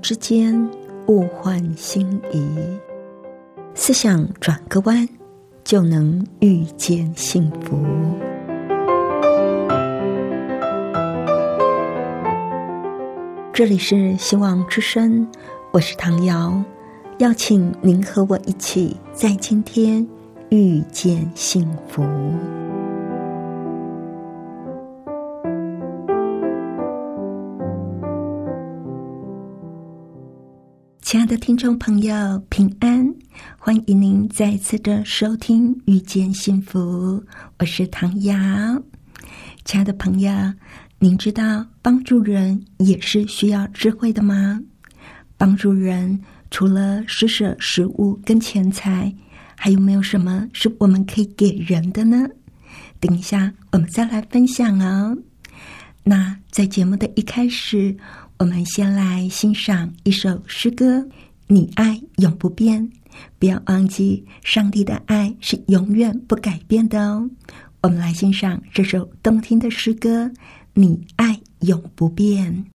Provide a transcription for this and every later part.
之间，物换星移，思想转个弯，就能遇见幸福。这里是希望之声，我是唐瑶，邀请您和我一起在今天遇见幸福。亲爱的听众朋友，平安，欢迎您再次的收听遇见幸福，我是唐瑶。亲爱的朋友，您知道帮助人也是需要智慧的吗？帮助人除了施舍食物跟钱财，还有没有什么是我们可以给人的呢？等一下我们再来分享哦。那在节目的一开始，我们先来欣赏一首诗歌，你爱永不变。不要忘记，上帝的爱是永远不改变的哦。我们来欣赏这首动听的诗歌，你爱永不变。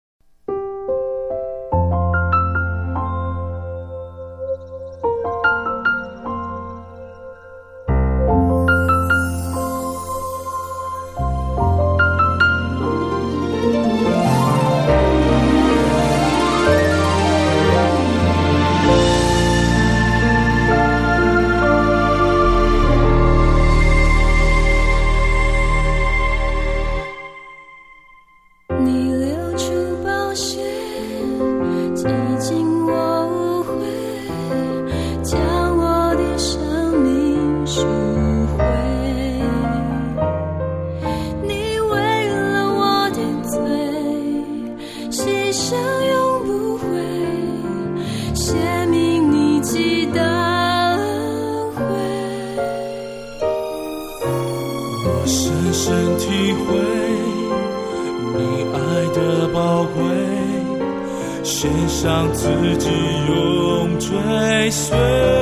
献上自己永追随，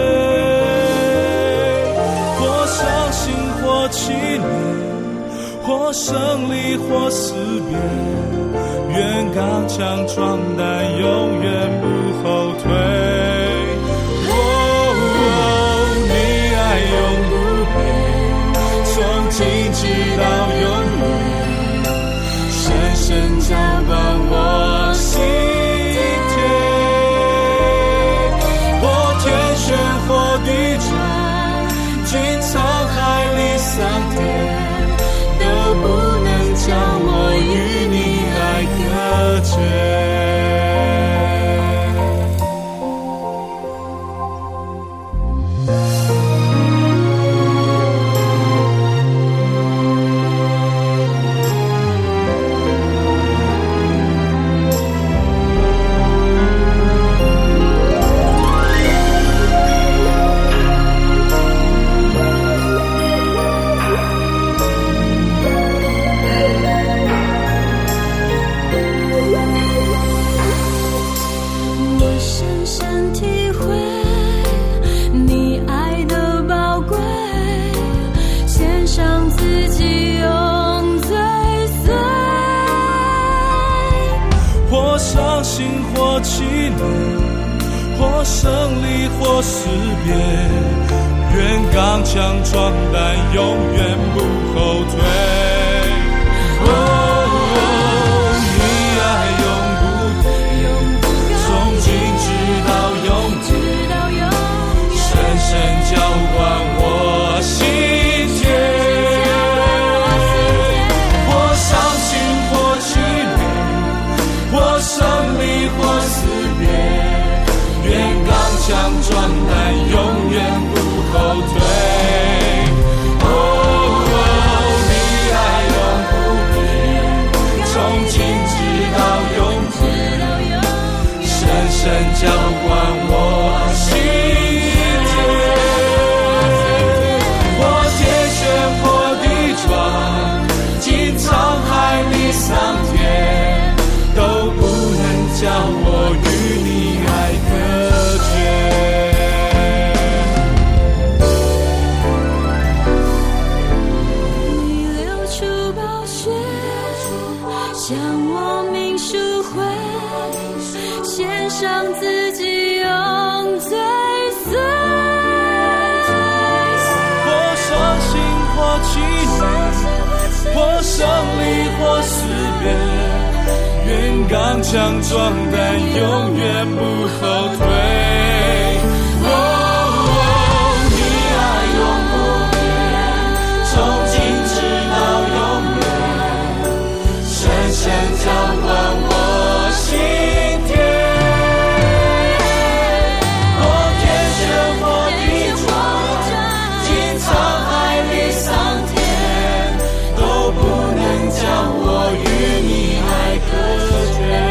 或伤心或气馁，或胜利或死别，愿刚强壮胆，永远不后退。你爱永不变，从今直到永远，深深浇灌我心。上天都不能将我与你爱隔绝。或气馁，或胜利，或死别，愿刚强壮胆，永远不后退。你爱永不变，从今直到永远，深深浇灌我心田。或伤心，或气馁，或胜利，或死别，愿刚强壮胆，永远不后退。你爱永不变，从今直到永远，深深浇灌我心田。或天旋，或地转，经沧海里桑田，都不能将我与你爱隔绝。你流出宝血，将我命赎回，献想自己用最碎， 或伤心或气馁，或胜利或死别，愿刚强壮胆，永远不后退。你爱永不变，从今直到永远，深深浇灌我心田。或天旋或地转，经沧海里桑田，都不能将我与你爱隔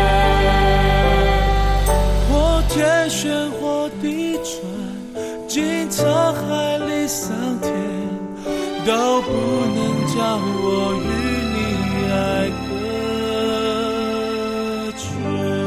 绝。或天旋或地转，经沧海里桑田，都不能将我与你爱隔绝。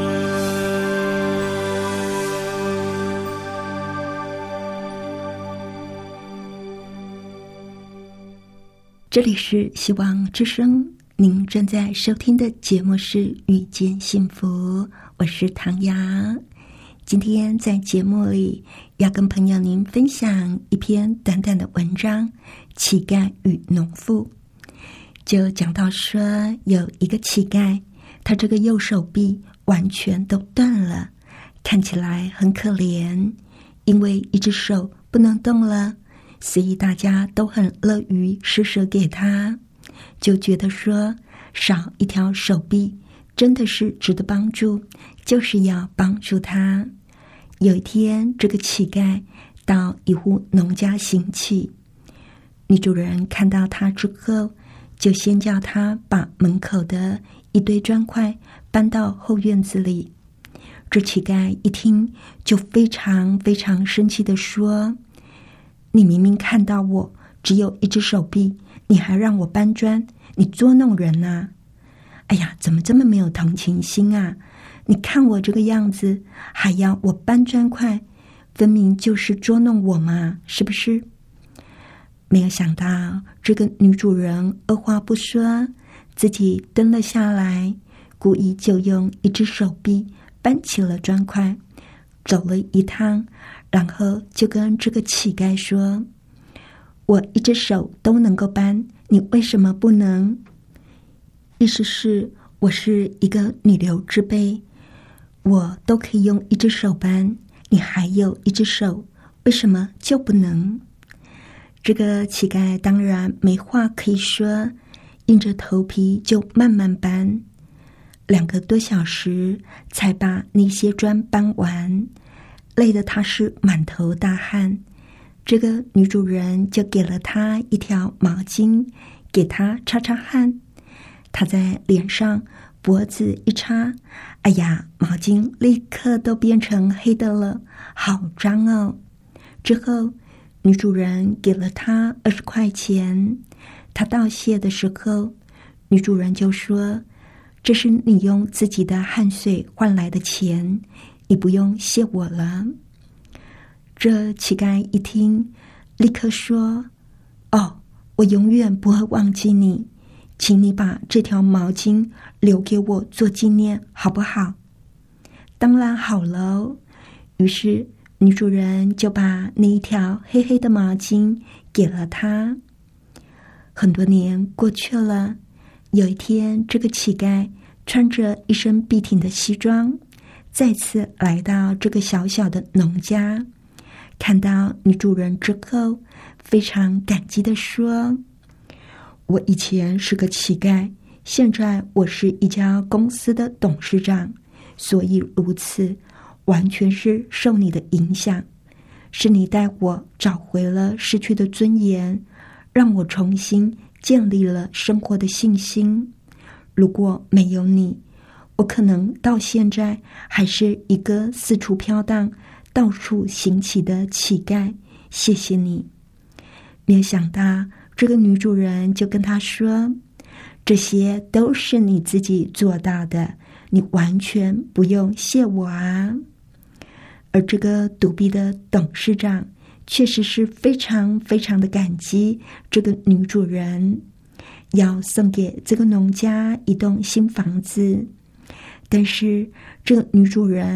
这里是希望之声，您正在收听的节目是遇见幸福，我是唐瑶。今天在节目里要跟朋友您分享一篇短短的文章《乞丐与农妇》。就讲到说，有一个乞丐，他这个右手臂完全都断了，看起来很可怜，因为一只手不能动了，所以大家都很乐于施舍给他，就觉得说少一条手臂真的是值得帮助，就是要帮助他。有一天，这个乞丐到一户农家行乞，女主人看到他之后，就先叫他把门口的一堆砖块搬到后院子里。这乞丐一听就非常非常生气地说，你明明看到我只有一只手臂，你还让我搬砖，你捉弄人啊！哎呀，怎么这么没有同情心啊？你看我这个样子，还要我搬砖块，分明就是捉弄我嘛，是不是？没有想到，这个女主人二话不说，自己蹲了下来，故意就用一只手臂搬起了砖块，走了一趟，然后就跟这个乞丐说，我一只手都能够搬，你为什么不能？意思是我是一个女流之辈，我都可以用一只手搬，你还有一只手，为什么就不能？这个乞丐当然没话可以说，硬着头皮就慢慢搬，2个多小时才把那些砖搬完，累得他是满头大汗。这个女主人就给了他一条毛巾，给他擦擦汗。他在脸上脖子一擦，哎呀，毛巾立刻都变成黑的了，好脏哦。之后女主人给了他20块钱，他道谢的时候，女主人就说，这是你用自己的汗水换来的钱，你不用谢我了。这乞丐一听，立刻说，哦，我永远不会忘记你，请你把这条毛巾留给我做纪念，好不好？当然好喽。于是女主人就把那一条黑黑的毛巾给了他。很多年过去了，有一天，这个乞丐穿着一身笔挺的西装，再次来到这个小小的农家，看到女主人之后，非常感激地说，我以前是个乞丐，现在我是一家公司的董事长，所以如此，完全是受你的影响，是你带我找回了失去的尊严，让我重新建立了生活的信心。如果没有你，我可能到现在还是一个四处飘荡、到处行乞的乞丐，谢谢你。没有想到，这个女主人就跟他说，这些都是你自己做到的，你完全不用谢我啊。而这个独臂的董事长确实是非常非常的感激这个女主人，要送给这个农家一栋新房子。但是这个女主人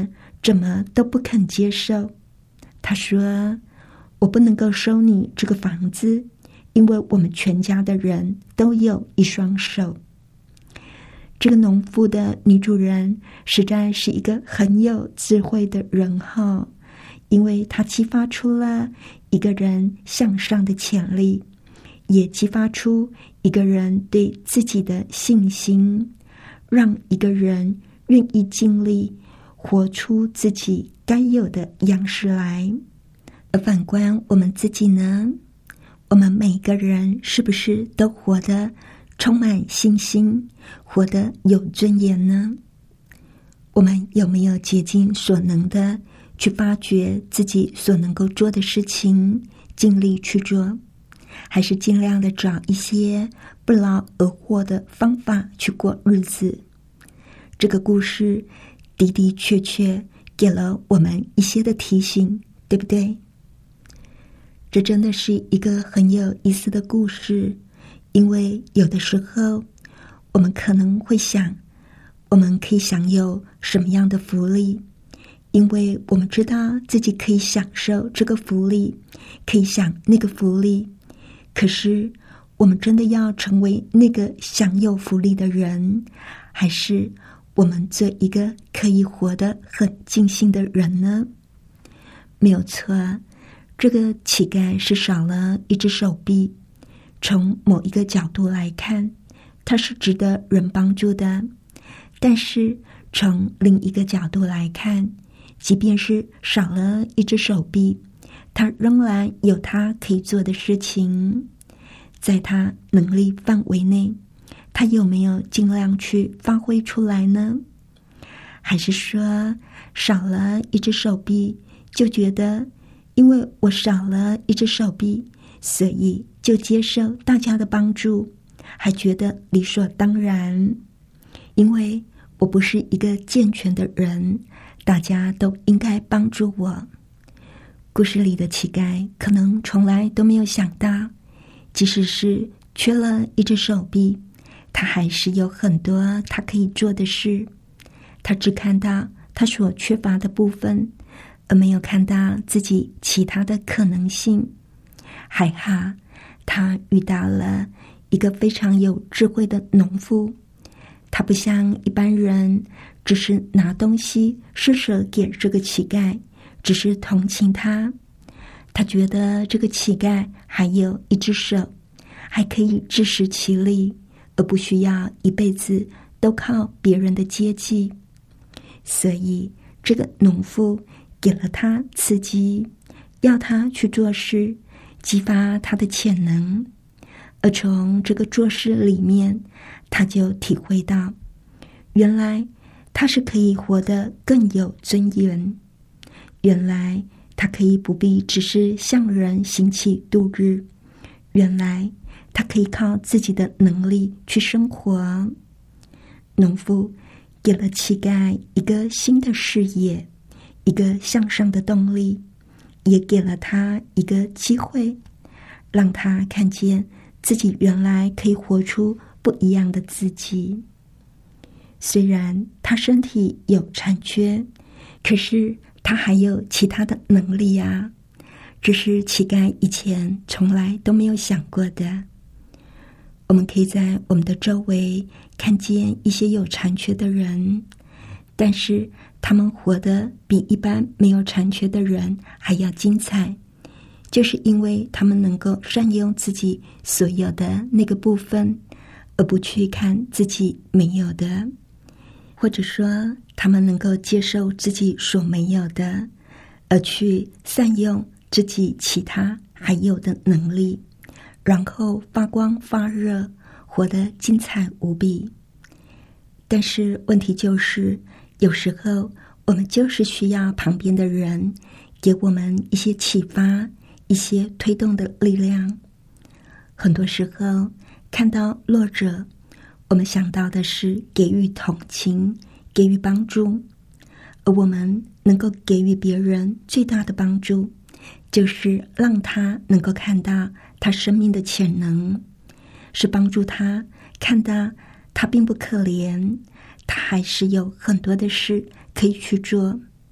怎么都不肯接受。他说：“我不能够收你这个房子，因为我们全家的人都有一双手。”这个农妇的女主人实在是一个很有智慧的人哈，因为她激发出了一个人向上的潜力，也激发出一个人对自己的信心，让一个人愿意尽力活出自己该有的样式来。而反观我们自己呢，我们每个人是不是都活得充满信心，活得有尊严呢？我们有没有竭尽所能的去发掘自己所能够做的事情，尽力去做，还是尽量的找一些不劳而获的方法去过日子？这个故事的的确确给了我们一些的提醒，对不对？这真的是一个很有意思的故事，因为有的时候我们可能会想，我们可以享有什么样的福利，因为我们知道自己可以享受这个福利，可以享那个福利。可是我们真的要成为那个享有福利的人，还是我们做一个可以活得很尽兴的人呢？没有错，这个乞丐是少了一只手臂，从某一个角度来看，他是值得人帮助的。但是从另一个角度来看，即便是少了一只手臂，他仍然有他可以做的事情，在他能力范围内，他有没有尽量去发挥出来呢？还是说少了一只手臂，就觉得因为我少了一只手臂，所以就接受大家的帮助，还觉得理所当然，因为我不是一个健全的人，大家都应该帮助我。故事里的乞丐可能从来都没有想到，即使是缺了一只手臂，他还是有很多他可以做的事。他只看到他所缺乏的部分，而没有看到自己其他的可能性。还好他遇到了一个非常有智慧的农妇，他不像一般人只是拿东西施舍给这个乞丐，只是同情他。他觉得这个乞丐还有一只手，还可以自食其力，而不需要一辈子都靠别人的接济。所以这个农妇给了他刺激，要他去做事，激发他的潜能。而从这个做事里面，他就体会到，原来他是可以活得更有尊严，原来他可以不必只是向人行乞度日，原来他可以靠自己的能力去生活。农妇给了乞丐一个新的视野，一个向上的动力，也给了他一个机会，让他看见自己原来可以活出不一样的自己。虽然他身体有残缺，可是他还有其他的能力啊，这是乞丐以前从来都没有想过的。我们可以在我们的周围看见一些有残缺的人，但是他们活得比一般没有残缺的人还要精彩，就是因为他们能够善用自己所有的那个部分，而不去看自己没有的，或者说他们能够接受自己所没有的，而去善用自己其他还有的能力，然后发光发热，活得精彩无比。但是问题就是，有时候我们就是需要旁边的人给我们一些启发，一些推动的力量。很多时候看到弱者，我们想到的是给予同情，给予帮助，而我们能够给予别人最大的帮助，就是让他能够看到他生命的潜能，是帮助他看到他并不可怜，他还是有很多的事可以去做。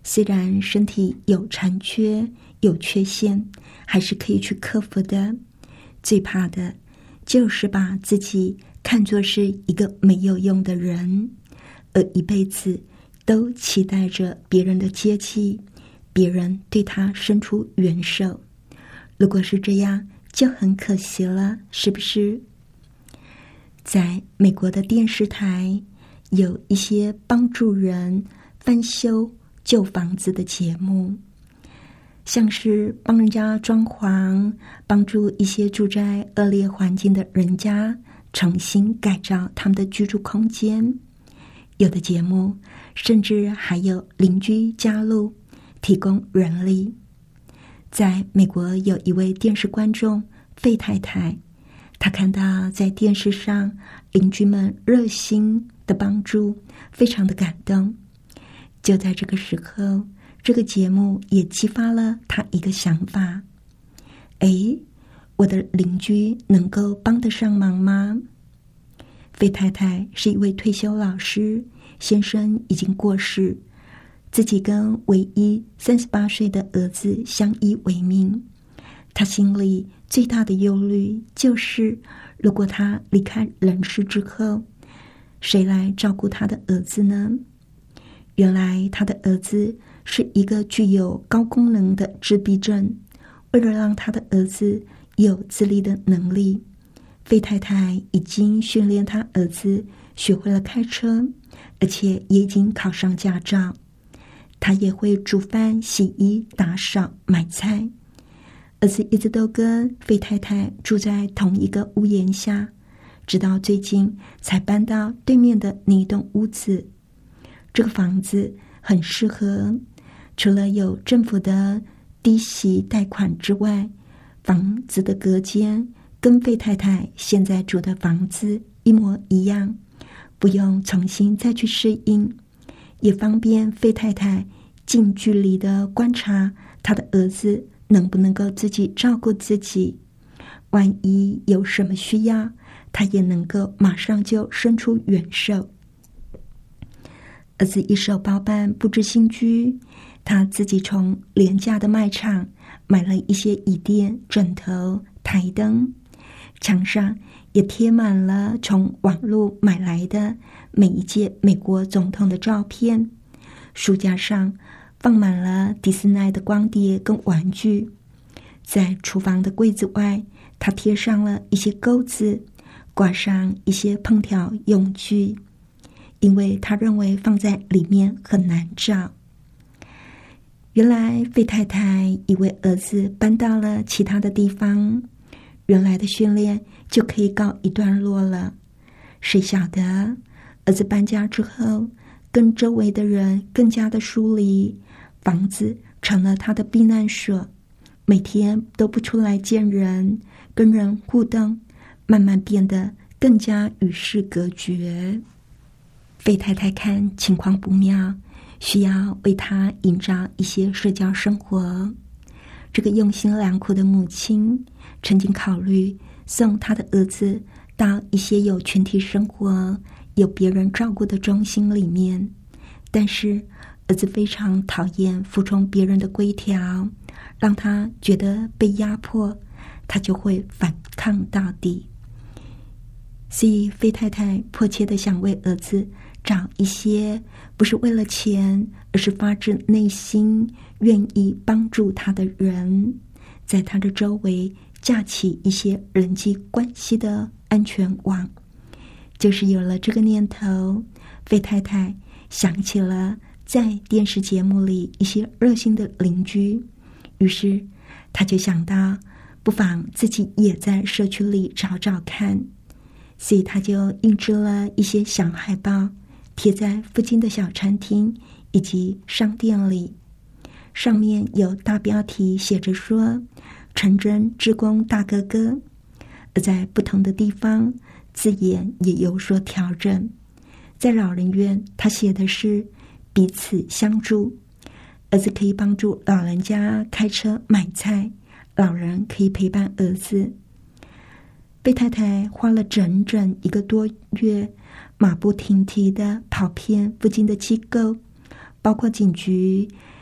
虽然身体有残缺、有缺陷，还是可以去克服的。最怕的就是把自己看作是一个没有用的人，而一辈子都期待着别人的接济，别人对他伸出援手。如果是这样，就很可惜了，是不是？在美国的电视台有一些帮助人翻修旧房子的节目，像是帮人家装潢，帮助一些住在恶劣环境的人家重新改造他们的居住空间。有的节目甚至还有邻居加入，提供人力。在美国有一位电视观众费太太，她看到在电视上邻居们热心的帮助，非常的感动。就在这个时候，这个节目也激发了她一个想法：我的邻居能够帮得上忙吗？费太太是一位退休老师，先生已经过世，自己跟唯一38岁的儿子相依为命。他心里最大的忧虑就是，如果他离开人世之后，谁来照顾他的儿子呢？原来他的儿子是一个具有高功能的自闭症，为了让他的儿子有自立的能力，费太太已经训练他儿子学会了开车，而且也已经考上驾照。他也会煮饭、洗衣、打扫、买菜。儿子一直都跟费太太住在同一个屋檐下，直到最近才搬到对面的那一栋屋子。这个房子很适合，除了有政府的低息贷款之外，房子的隔间跟费太太现在住的房子一模一样，不用重新再去适应，也方便费太太近距离的观察他的儿子能不能够自己照顾自己，万一有什么需要，他也能够马上就伸出援手。儿子一手包办布置新居，他自己从廉价的卖场买了一些椅垫、枕头、台灯，墙上也贴满了从网络买来的每一届美国总统的照片，书架上放满了迪士尼的光碟跟玩具。在厨房的柜子外，他贴上了一些钩子，挂上一些烹调用具，因为他认为放在里面很难找。原来费太太以为儿子搬到了其他的地方，原来的训练就可以告一段落了。谁晓得儿子搬家之后，跟周围的人更加的疏离，房子成了他的避难所，每天都不出来见人，跟人互动，慢慢变得更加与世隔绝。费太太看情况不妙，需要为他营造一些社交生活。这个用心良苦的母亲曾经考虑送他的儿子到一些有群体生活、有别人照顾的中心里面，但是儿子非常讨厌服从别人的规条，让他觉得被压迫，他就会反抗到底。所以费太太迫切地想为儿子找一些不是为了钱，而是发自内心愿意帮助他的人，在他的周围架起一些人际关系的安全网。就是有了这个念头，费太太想起了在电视节目里一些热心的邻居，于是他就想到不妨自己也在社区里找找看，所以他就印制了一些小海报，贴在附近的小餐厅以及商店里，上面有大标题写着说陈真志工大哥哥，而在不同的地方字眼也有所调整。在老人院他写的是彼此相助，儿子可以帮助老人家开车买菜，老人可以陪伴儿子。费太太花了整整1个多月，马不停蹄地跑遍附近的机构，包括警局、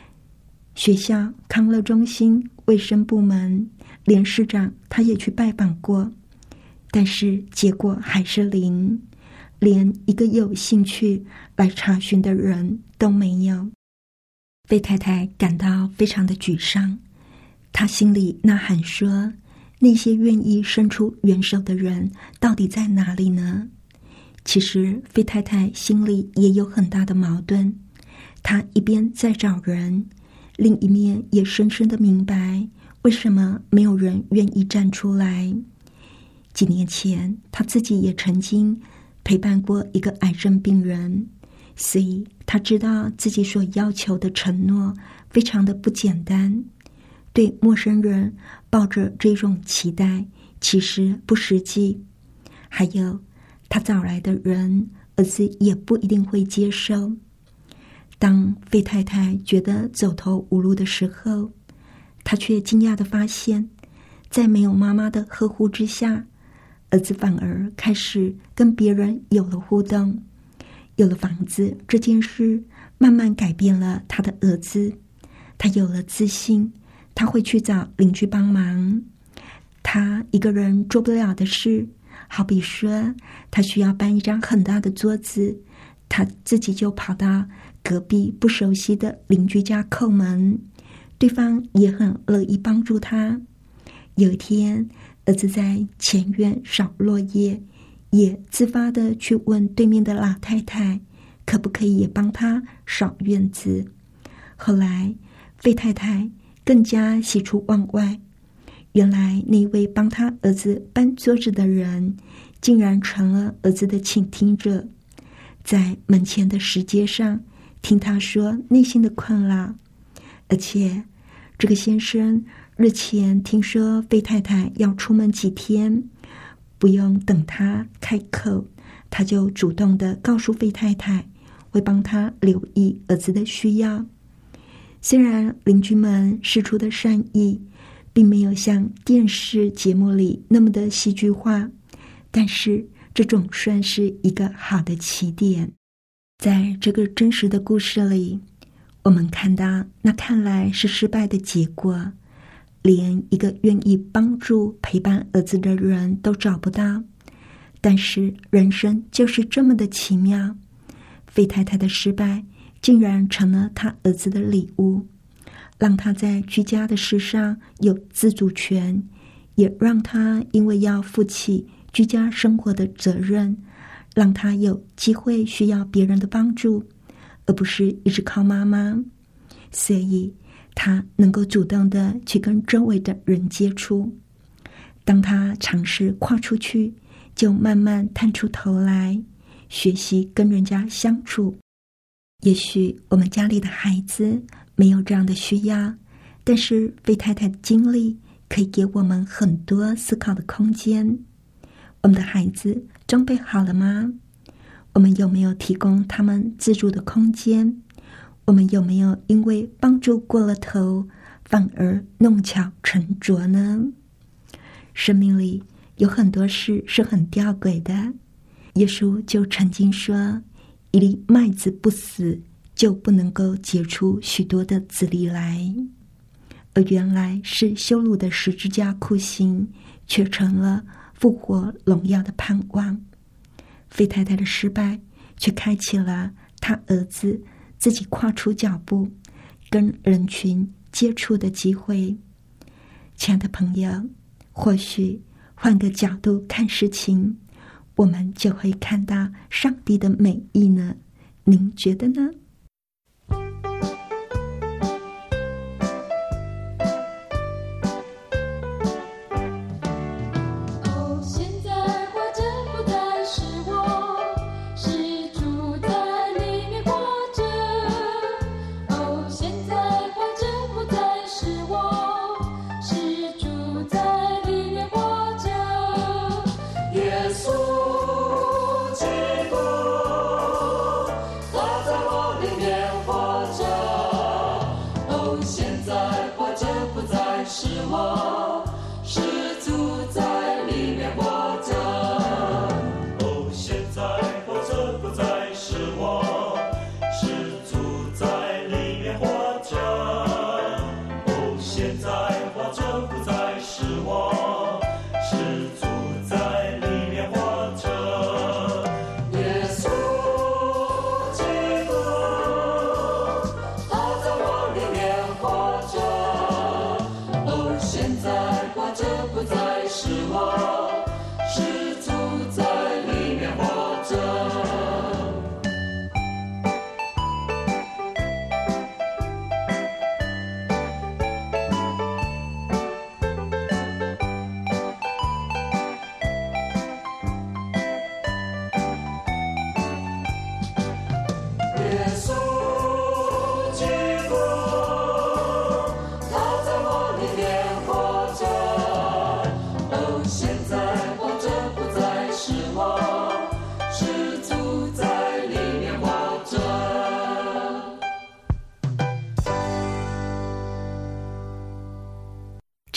学校康乐中心、卫生部门，连市长他也去拜访过，但是结果还是零，连一个有兴趣来查询的人都没有。费太太感到非常的沮丧，她心里呐喊说，那些愿意伸出援手的人到底在哪里呢？其实费太太心里也有很大的矛盾，她一边在找人，另一面也深深的明白为什么没有人愿意站出来。几年前她自己也曾经陪伴过一个癌症病人，所以她知道自己所要求的承诺非常的不简单，对陌生人抱着这种期待其实不实际，还有他找来的人儿子也不一定会接受。当费太太觉得走投无路的时候，她却惊讶地发现，在没有妈妈的呵护之下，儿子反而开始跟别人有了互动。有了房子这件事慢慢改变了他的儿子，他有了自信，他会去找邻居帮忙。他一个人做不了的事，好比说他需要搬一张很大的桌子，他自己就跑到隔壁不熟悉的邻居家叩门，对方也很乐意帮助他。有一天，儿子在前院扫落叶，也自发的去问对面的老太太可不可以也帮他扫院子。后来费太太更加喜出望外，原来那位帮他儿子搬桌子的人竟然成了儿子的倾听者，在门前的石阶上听他说内心的困扰。而且这个先生日前听说费太太要出门几天，不用等他开口，他就主动的告诉费太太会帮他留意儿子的需要。虽然邻居们释出的善意并没有像电视节目里那么的戏剧化，但是这总算是一个好的起点。在这个真实的故事里，我们看到那看来是失败的结果，连一个愿意帮助陪伴儿子的人都找不到。但是人生就是这么的奇妙，费太太的失败竟然成了他儿子的礼物，让他在居家的事上有自主权，也让他因为要负起居家生活的责任，让他有机会需要别人的帮助，而不是一直靠妈妈。所以他能够主动的去跟周围的人接触。当他尝试跨出去，就慢慢探出头来，学习跟人家相处。也许我们家里的孩子没有这样的需要，但是费太太的经历可以给我们很多思考的空间。我们的孩子装备好了吗？我们有没有提供他们自主的空间？我们有没有因为帮助过了头，反而弄巧成拙呢？生命里有很多事是很吊诡的。耶稣就曾经说，一粒麦子不死，就不能够结出许多的子粒来。而原来是羞辱的十字架酷刑，却成了复活荣耀的盼望。费太太的失败，却开启了他儿子自己跨出脚步，跟人群接触的机会。亲爱的朋友，或许换个角度看事情，我们就会看到上帝的美意呢。您觉得呢？ 耶稣基督，他在我里。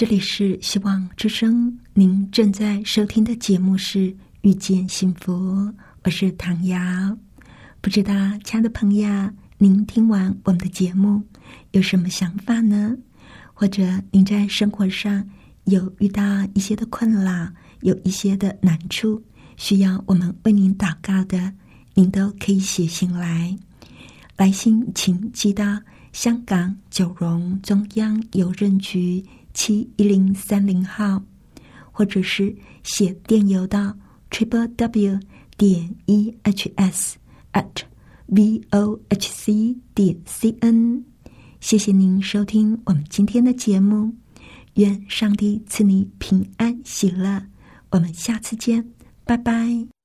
这里是希望之声，您正在收听的节目是遇见幸福，我是唐瑶。不知道亲爱的朋友，您听完我们的节目有什么想法呢？或者您在生活上有遇到一些的困扰，有一些的难处需要我们为您祷告的，您都可以写信来。来信请寄到香港九龙中央邮政局71030号，或者是写电邮到 www.ehs@vohc.cn。 谢谢您收听我们今天的节目，愿上帝赐你平安喜乐，我们下次见，拜拜。